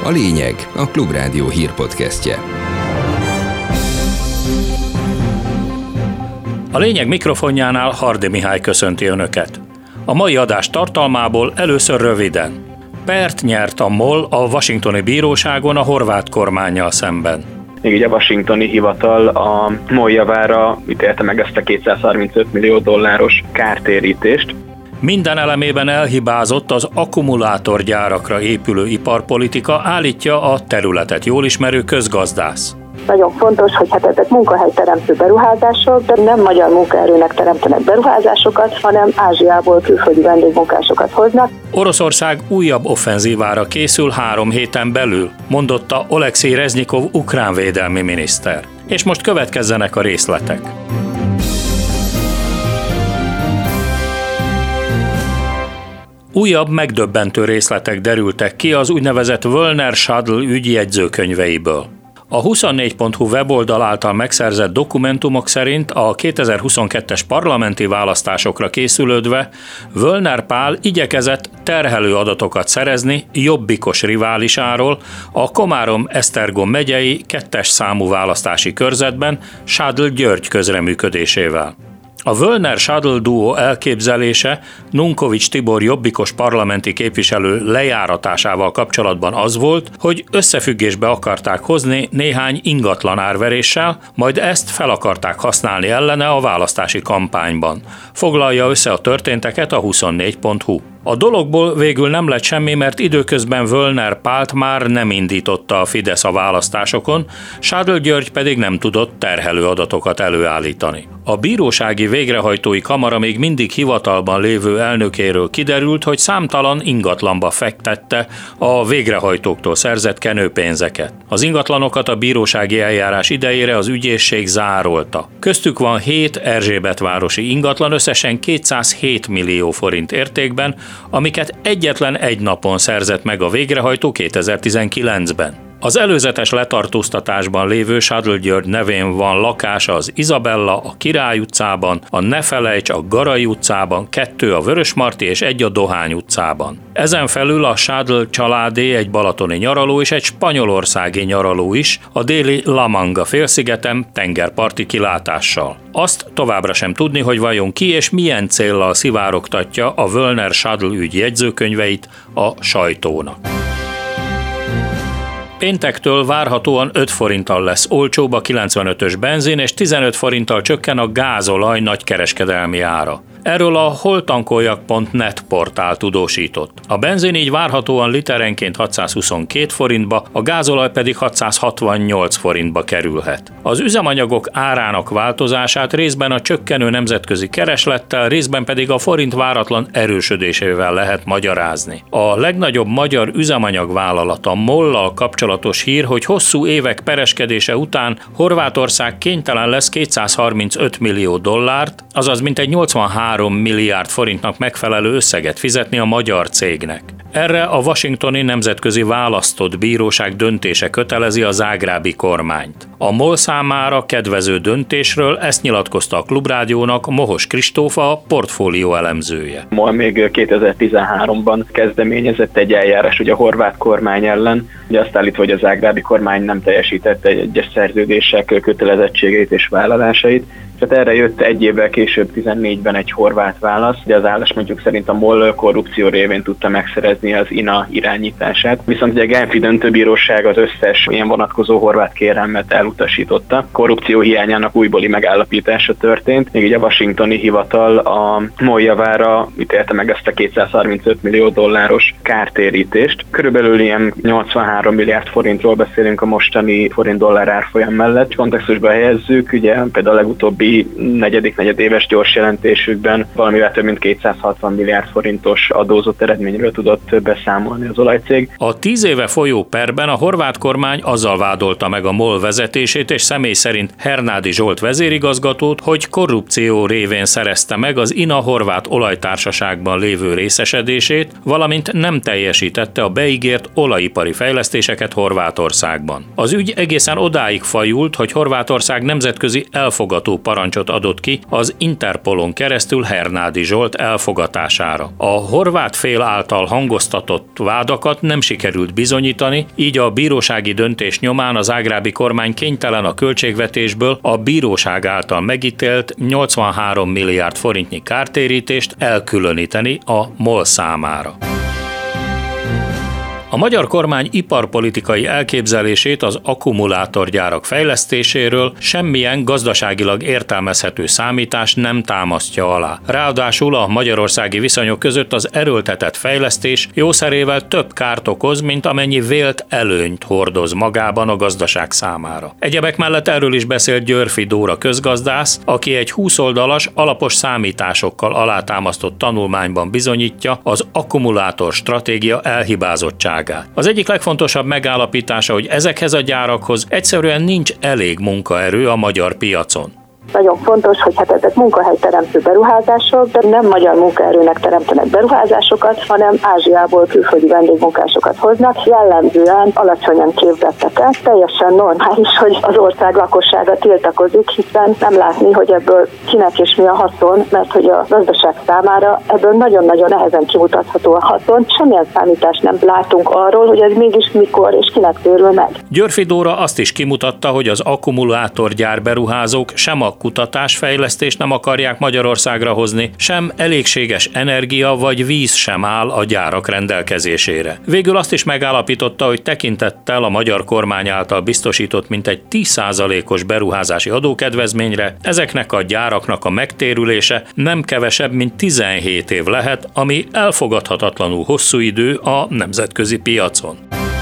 A lényeg a Klubrádió hírpodcastje. A lényeg mikrofonjánál Hardy Mihály köszönti Önöket. A mai adás tartalmából először röviden. Pert nyert a MOL a washingtoni bíróságon a horvát kormánnyal szemben. Még így a washingtoni hivatal a MOL javára ítélte meg ezt a $235 millió kártérítést. Minden elemében elhibázott az akkumulátorgyárakra épülő iparpolitika, állítja a területet jól ismerő közgazdász. Nagyon fontos, hogy ezek munkahelyteremtő beruházások, de nem magyar munkaerőnek teremtenek beruházásokat, hanem Ázsiából külföldi vendégmunkásokat hoznak. Oroszország újabb offenzívára készül 3 héten belül, mondotta Oleksij Reznikov ukrán védelmi miniszter. És most következzenek a részletek. Újabb megdöbbentő részletek derültek ki az úgynevezett Völner-Schadl ügy jegyzőkönyveiből. A 24.hu weboldal által megszerzett dokumentumok szerint a 2022-es parlamenti választásokra készülődve Völner Pál igyekezett terhelő adatokat szerezni jobbikos riválisáról, a Komárom-Esztergom megyei 2. számú választási körzetben Schadl György közreműködésével. A Völner-Schadl duó elképzelése Nunkovics Tibor jobbikos parlamenti képviselő lejáratásával kapcsolatban az volt, hogy összefüggésbe akarták hozni néhány ingatlan árveréssel, majd ezt fel akarták használni ellene a választási kampányban. Foglalja össze a történteket a 24.hu. A dologból végül nem lett semmi, mert időközben Völner Pált már nem indította a Fidesz a választásokon, Schadl György pedig nem tudott terhelő adatokat előállítani. A bírósági végrehajtói kamara még mindig hivatalban lévő elnökéről kiderült, hogy számtalan ingatlanba fektette a végrehajtóktól szerzett kenőpénzeket. Az ingatlanokat a bírósági eljárás idejére az ügyészség zárolta. Köztük van 7 erzsébetvárosi ingatlan összesen 207 millió forint értékben, amiket egyetlen egy napon szerzett meg a végrehajtó 2019-ben. Az előzetes letartóztatásban lévő Schadl György nevén van lakása az Izabella, a Király utcában, a Ne felejts a Garai utcában, 2 a Vörösmarty és 1 a Dohány utcában. Ezen felül a Schadl családé egy balatoni nyaraló és egy spanyolországi nyaraló is, a déli La Manga félszigeten tengerparti kilátással. Azt továbbra sem tudni, hogy vajon ki és milyen céllal szivárogtatja a Völner-Schadl ügy jegyzőkönyveit a sajtónak. Péntektől várhatóan 5 forinttal lesz olcsóbb a 95-ös benzin, és 15 forinttal csökken a gázolaj nagykereskedelmi ára. Erről a holtankoljak.net portál tudósított. A benzin így várhatóan literenként 622 forintba, a gázolaj pedig 668 forintba kerülhet. Az üzemanyagok árának változását részben a csökkenő nemzetközi kereslettel, részben pedig a forint váratlan erősödésével lehet magyarázni. A legnagyobb magyar üzemanyagvállalat, a MOL-lal kapcsolatos hír, hogy hosszú évek pereskedése után Horvátország kénytelen lesz $235 millió, azaz mintegy 83 milliárd forintnak megfelelő összeget fizetni a magyar cégnek. Erre a washingtoni nemzetközi választott bíróság döntése kötelezi a zágrábi kormányt. A MOL számára kedvező döntésről ezt nyilatkozta a Klubrádiónak Mohos Kristófa, portfólió elemzője. MOL még 2013-ban kezdeményezett egy eljárás ugye a horvát kormány ellen, ugye azt állítva, hogy a zágrábi kormány nem teljesítette egyes szerződések kötelezettségeit és vállalásait. Tehát erre jött egy évvel később 14-ben egy horvát válasz, de az álláspontjuk szerint a MOL korrupció révén tudta megszerezni az INA irányítását. Viszont ugye a Genfi döntőbíróság az összes ilyen vonatkozó horvát kérelmet elutasította. Korrupció hiányának újbóli megállapítása történt, még így a washingtoni hivatal a MOL javára ítélte meg ezt a $235 millió kártérítést. Körülbelül ilyen 83 milliárd forintról beszélünk a mostani forint-dollár árfolyam mellett. Kontextusba helyezzük, ugye például a legutóbbi negyedéves gyors jelentésükben valamivel több mint 260 milliárd forintos adózott eredményről tudott beszámolni az olajcég. A 10 éve folyó perben a horvát kormány azzal vádolta meg a MOL vezetését és személy szerint Hernádi Zsolt vezérigazgatót, hogy korrupció révén szerezte meg az INA horvát olajtársaságban lévő részesedését, valamint nem teljesítette a beígért olajipari fejlesztéseket Horvátországban. Az ügy egészen odáig fajult, hogy Horvátország nemzetközi elfogató parancsot adott ki az Interpolon keresztül Hernádi Zsolt elfogatására. A horvát fél által hangoztatott vádakat nem sikerült bizonyítani, így a bírósági döntés nyomán a zágrábi kormány kénytelen a költségvetésből a bíróság által megítélt 83 milliárd forintnyi kártérítést elkülöníteni a MOL számára. A magyar kormány iparpolitikai elképzelését az akkumulátorgyárak fejlesztéséről semmilyen gazdaságilag értelmezhető számítás nem támasztja alá. Ráadásul a magyarországi viszonyok között az erőltetett fejlesztés jószerével több kárt okoz, mint amennyi vélt előnyt hordoz magában a gazdaság számára. Egyebek mellett erről is beszélt Györfi Dóra közgazdász, aki egy 20 oldalas, alapos számításokkal alátámasztott tanulmányban bizonyítja az akkumulátor stratégia elhibázottságát. Az egyik legfontosabb megállapítása, hogy ezekhez a gyárakhoz egyszerűen nincs elég munkaerő a magyar piacon. Nagyon fontos, hogy ezek munkahelyteremtő beruházások, de nem magyar munkaerőnek teremtenek beruházásokat, hanem Ázsiából külföldi vendégmunkásokat hoznak, jellemzően alacsonyan képzetteket. Teljesen normális, hogy az ország lakossága tiltakozik, hiszen nem látni, hogy ebből kinek és mi a haszon, mert hogy a gazdaság számára ebből nagyon-nagyon nehezen kimutatható a haszon. Semmilyen számítást nem látunk arról, hogy ez mégis mikor és kinek térül meg. Györfi Dóra azt is kimutatta, hogy az akkumulátorgyár beruházók sem a kutatásfejlesztést nem akarják Magyarországra hozni, sem elégséges energia vagy víz sem áll a gyárak rendelkezésére. Végül azt is megállapította, hogy tekintettel a magyar kormány által biztosított mintegy 10%-os beruházási adókedvezményre, ezeknek a gyáraknak a megtérülése nem kevesebb, mint 17 év lehet, ami elfogadhatatlanul hosszú idő a nemzetközi piacon.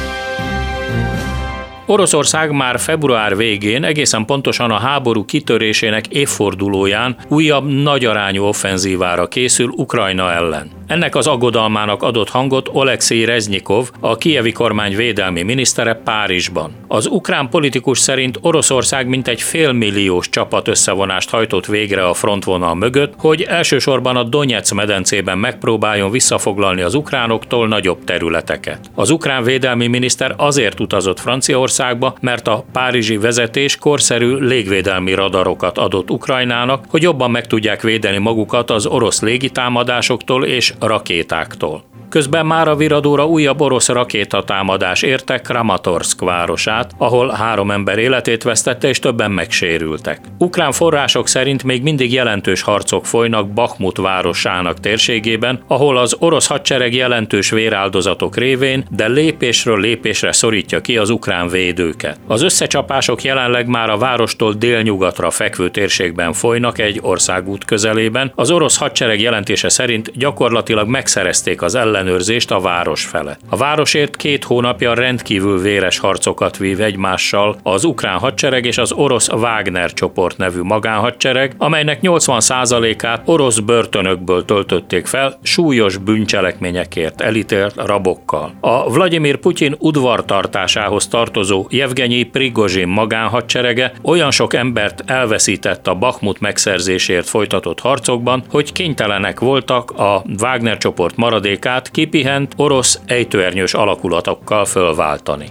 Oroszország már február végén, egészen pontosan a háború kitörésének évfordulóján újabb nagyarányú offenzívára készül Ukrajna ellen. Ennek az aggodalmának adott hangot Olekszij Reznyikov, a kijevi kormány védelmi minisztere Párizsban. Az ukrán politikus szerint Oroszország mintegy félmilliós csapat összevonást hajtott végre a frontvonal mögött, hogy elsősorban a Donetsz medencében megpróbáljon visszafoglalni az ukránoktól nagyobb területeket. Az ukrán védelmi miniszter azért utazott Franciaországba, mert a párizsi vezetés korszerű légvédelmi radarokat adott Ukrajnának, hogy jobban meg tudják védeni magukat az orosz légitámadásoktól és rakétáktól. Közben már a viradóra újabb orosz rakétatámadás érte Kramatorszk városát, ahol 3 ember életét vesztette és többen megsérültek. Ukrán források szerint még mindig jelentős harcok folynak Bakhmut városának térségében, ahol az orosz hadsereg jelentős véráldozatok révén, de lépésről lépésre szorítja ki az ukrán védőket. Az összecsapások jelenleg már a várostól délnyugatra fekvő térségben folynak egy országút közelében. Az orosz hadsereg jelentése szerint gyakorlatilag megszerezték az ellenőrzést a város felett. A városért 2 hónapja rendkívül véres harcokat vív egymással az ukrán hadsereg és az orosz Wagner csoport nevű magánhadsereg, amelynek 80%-át orosz börtönökből töltötték fel súlyos bűncselekményekért elítélt rabokkal. A Vladimir Putyin udvartartásához tartozó Jevgenyi Prigozsin magánhadserege olyan sok embert elveszített a Bakhmut megszerzésért folytatott harcokban, hogy kénytelenek voltak a Wagner csoport maradékát kipihent orosz ejtőernyős alakulatokkal fölváltani.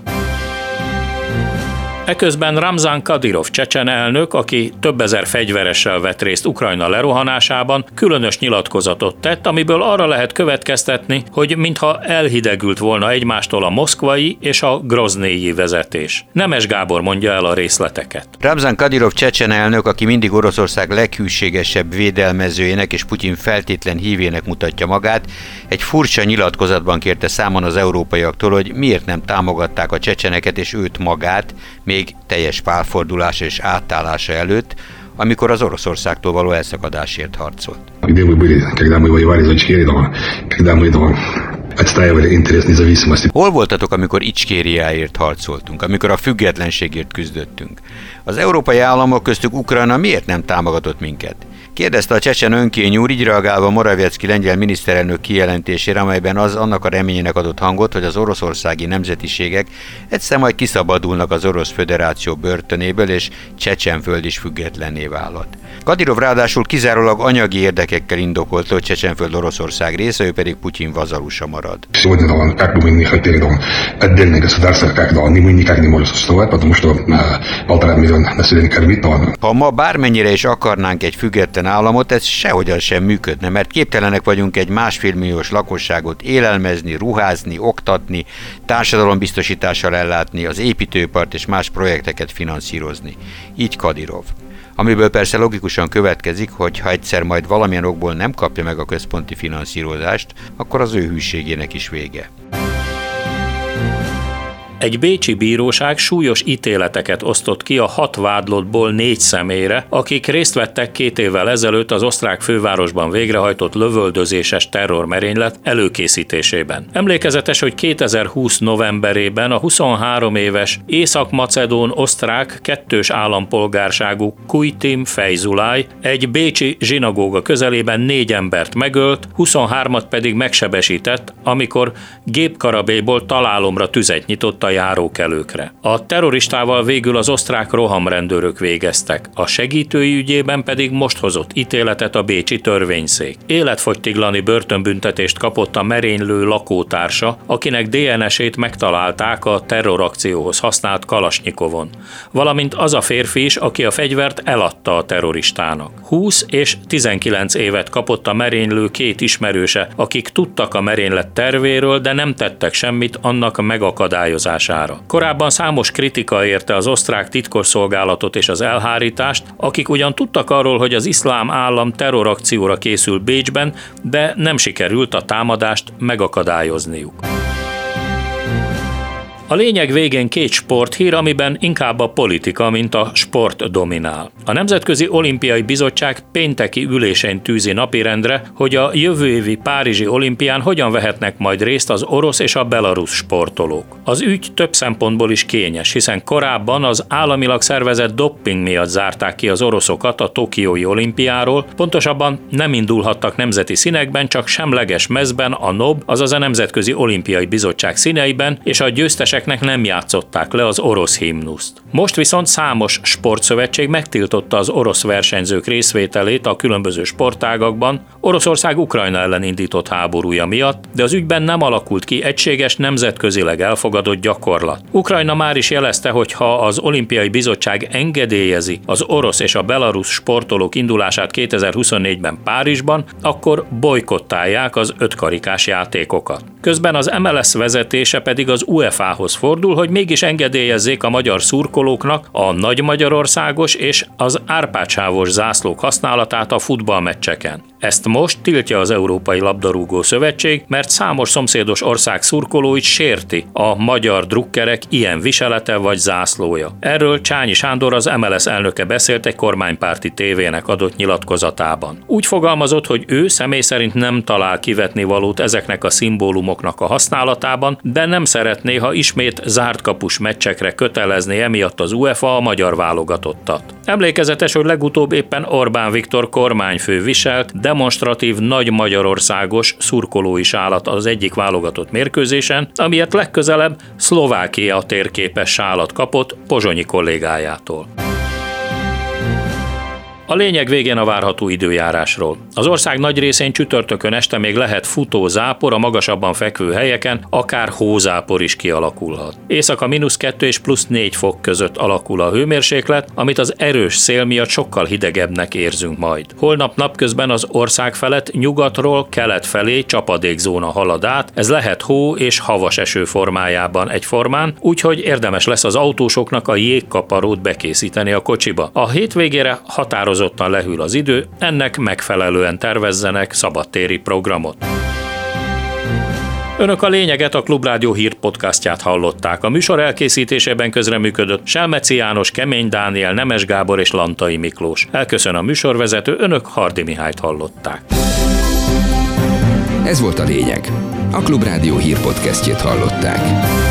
Eközben Ramzan Kadyrov csecsen elnök, aki több ezer fegyveressel vett részt Ukrajna lerohanásában, különös nyilatkozatot tett, amiből arra lehet következtetni, hogy mintha elhidegült volna egymástól a moszkvai és a groznéi vezetés. Nemes Gábor mondja el a részleteket. Ramzan Kadyrov csecsen elnök, aki mindig Oroszország leghűségesebb védelmezőjének és Putyin feltétlen hívének mutatja magát, egy furcsa nyilatkozatban kérte számon az európaiaktól, hogy miért nem támogatták a csecseneket és őt magát, még teljes pálfordulása és átállása előtt, amikor az Oroszországtól való elszakadásért harcolt. Hol voltatok, amikor Icskériáért harcoltunk, amikor a függetlenségért küzdöttünk? Az európai államok köztük Ukrajna miért nem támogatott minket? Kérdezte a csecsen önkény úr, így reagálva Morawiecki lengyel miniszterelnök kijelentésére, amelyben az annak a reményének adott hangot, hogy az oroszországi nemzetiségek egyszer majd kiszabadulnak az Orosz Föderáció börtönéből, és Csecsenföld is függetlenné válhat. Kadirov ráadásul kizárólag anyagi érdekekkel indokolta, hogy Csecsenföld Oroszország része, ő pedig Putyin vazalusa marad. Ha ma bármennyire is akarnánk egy független államot, ez sehogyan sem működne, mert képtelenek vagyunk egy 1,5 milliós lakosságot élelmezni, ruházni, oktatni, társadalombiztosítással ellátni, az építőipart és más projekteket finanszírozni. Így Kadirov. Amiből persze logikusan következik, hogy ha egyszer majd valamilyen okból nem kapja meg a központi finanszírozást, akkor az ő hűségének is vége. Egy bécsi bíróság súlyos ítéleteket osztott ki a 6 vádlottból 4 személyre, akik részt vettek 2 évvel ezelőtt az osztrák fővárosban végrehajtott lövöldözéses terrormerénylet előkészítésében. Emlékezetes, hogy 2020 novemberében a 23 éves észak-macedón osztrák 2-s állampolgárságú Kujtim Fejzulaj egy bécsi zsinagóga közelében 4 embert megölt, 23-at pedig megsebesített, amikor gépkarabélyból találomra tüzet nyitott a járókelőkre. A terroristával végül az osztrák rohamrendőrök végeztek, a segítői ügyében pedig most hozott ítéletet a bécsi törvényszék. Életfogytiglani börtönbüntetést kapott a merénylő lakótársa, akinek DNS-ét megtalálták a terrorakcióhoz használt Kalasnyikovon, valamint az a férfi is, aki a fegyvert eladta a terroristának. 20 és 19 évet kapott a merénylő 2 ismerőse, akik tudtak a merénylet tervéről, de nem tettek semmit annak megakadályozására. Korábban számos kritika érte az osztrák titkosszolgálatot és az elhárítást, akik ugyan tudtak arról, hogy az iszlám állam terrorakcióra készül Bécsben, de nem sikerült a támadást megakadályozniuk. A lényeg végén 2 sporthír, amiben inkább a politika, mint a sport dominál. A Nemzetközi Olimpiai Bizottság pénteki ülésén tűzi napirendre, hogy a jövő évi párizsi olimpián hogyan vehetnek majd részt az orosz és a belarusz sportolók. Az ügy több szempontból is kényes, hiszen korábban az államilag szervezett dopping miatt zárták ki az oroszokat a tokiói olimpiáról, pontosabban nem indulhattak nemzeti színekben, csak semleges mezben a NOB, azaz a Nemzetközi Olimpiai Bizottság színeiben, és a győztesek nem játszották le az orosz himnuszt. Most viszont számos sportszövetség megtiltotta az orosz versenyzők részvételét a különböző sportágakban Oroszország Ukrajna ellen indított háborúja miatt, de az ügyben nem alakult ki egységes, nemzetközileg elfogadott gyakorlat. Ukrajna már is jelezte, hogy ha az Olimpiai Bizottság engedélyezi az orosz és a belarusz sportolók indulását 2024-ben Párizsban, akkor bojkottálják az 5 karikás játékokat. Közben az MLS vezetése pedig az UEFA-hoz fordul, hogy mégis engedélyezzék a magyar szurkolóknak a nagymagyarországos és az Árpád-sávos zászlók használatát a futballmeccseken. Ezt most tiltja az Európai Labdarúgó Szövetség, mert számos szomszédos ország szurkolóit sérti a magyar drukkerek ilyen viselete vagy zászlója. Erről Csányi Sándor, az MLS elnöke beszélt egy kormánypárti tévének adott nyilatkozatában. Úgy fogalmazott, hogy ő személy szerint nem talál kivetnivalót ezeknek a szimbólumoknak a használatában, de nem szeretné, ha ismét zártkapus meccsekre kötelezné emiatt az UEFA a magyar válogatottat. Emlékezetes, hogy legutóbb éppen Orbán Viktor kormányfő viselt demonstratív nagy magyarországos szurkolói sálat az egyik válogatott mérkőzésen, amiért legközelebb Szlovákia térképes sálat kapott pozsonyi kollégájától. A lényeg végén a várható időjárásról. Az ország nagy részén csütörtökön este még lehet futó zápor, a magasabban fekvő helyeken akár hózápor is kialakulhat. Éjszaka -2 és +4 fok között alakul a hőmérséklet, amit az erős szél miatt sokkal hidegebbnek érzünk majd. Holnap napközben az ország felett nyugatról kelet felé csapadékzóna halad át, ez lehet hó és havas eső formájában egyformán, úgyhogy érdemes lesz az autósoknak a jégkaparót bekészíteni a kocsiba. A hétvégére határozottan lehűl az idő, ennek megfelelően tervezzenek szabadtéri programot. Önök a lényeget, a Klubrádió hírpodcastját hallották. A műsor elkészítésében közreműködött Selmeci János, Kemény Dániel, Nemes Gábor és Lantai Miklós. Elköszön a műsorvezető, önök Hardy Mihályt hallották. Ez volt a lényeg. A Klubrádió hírpodcastjét hallották.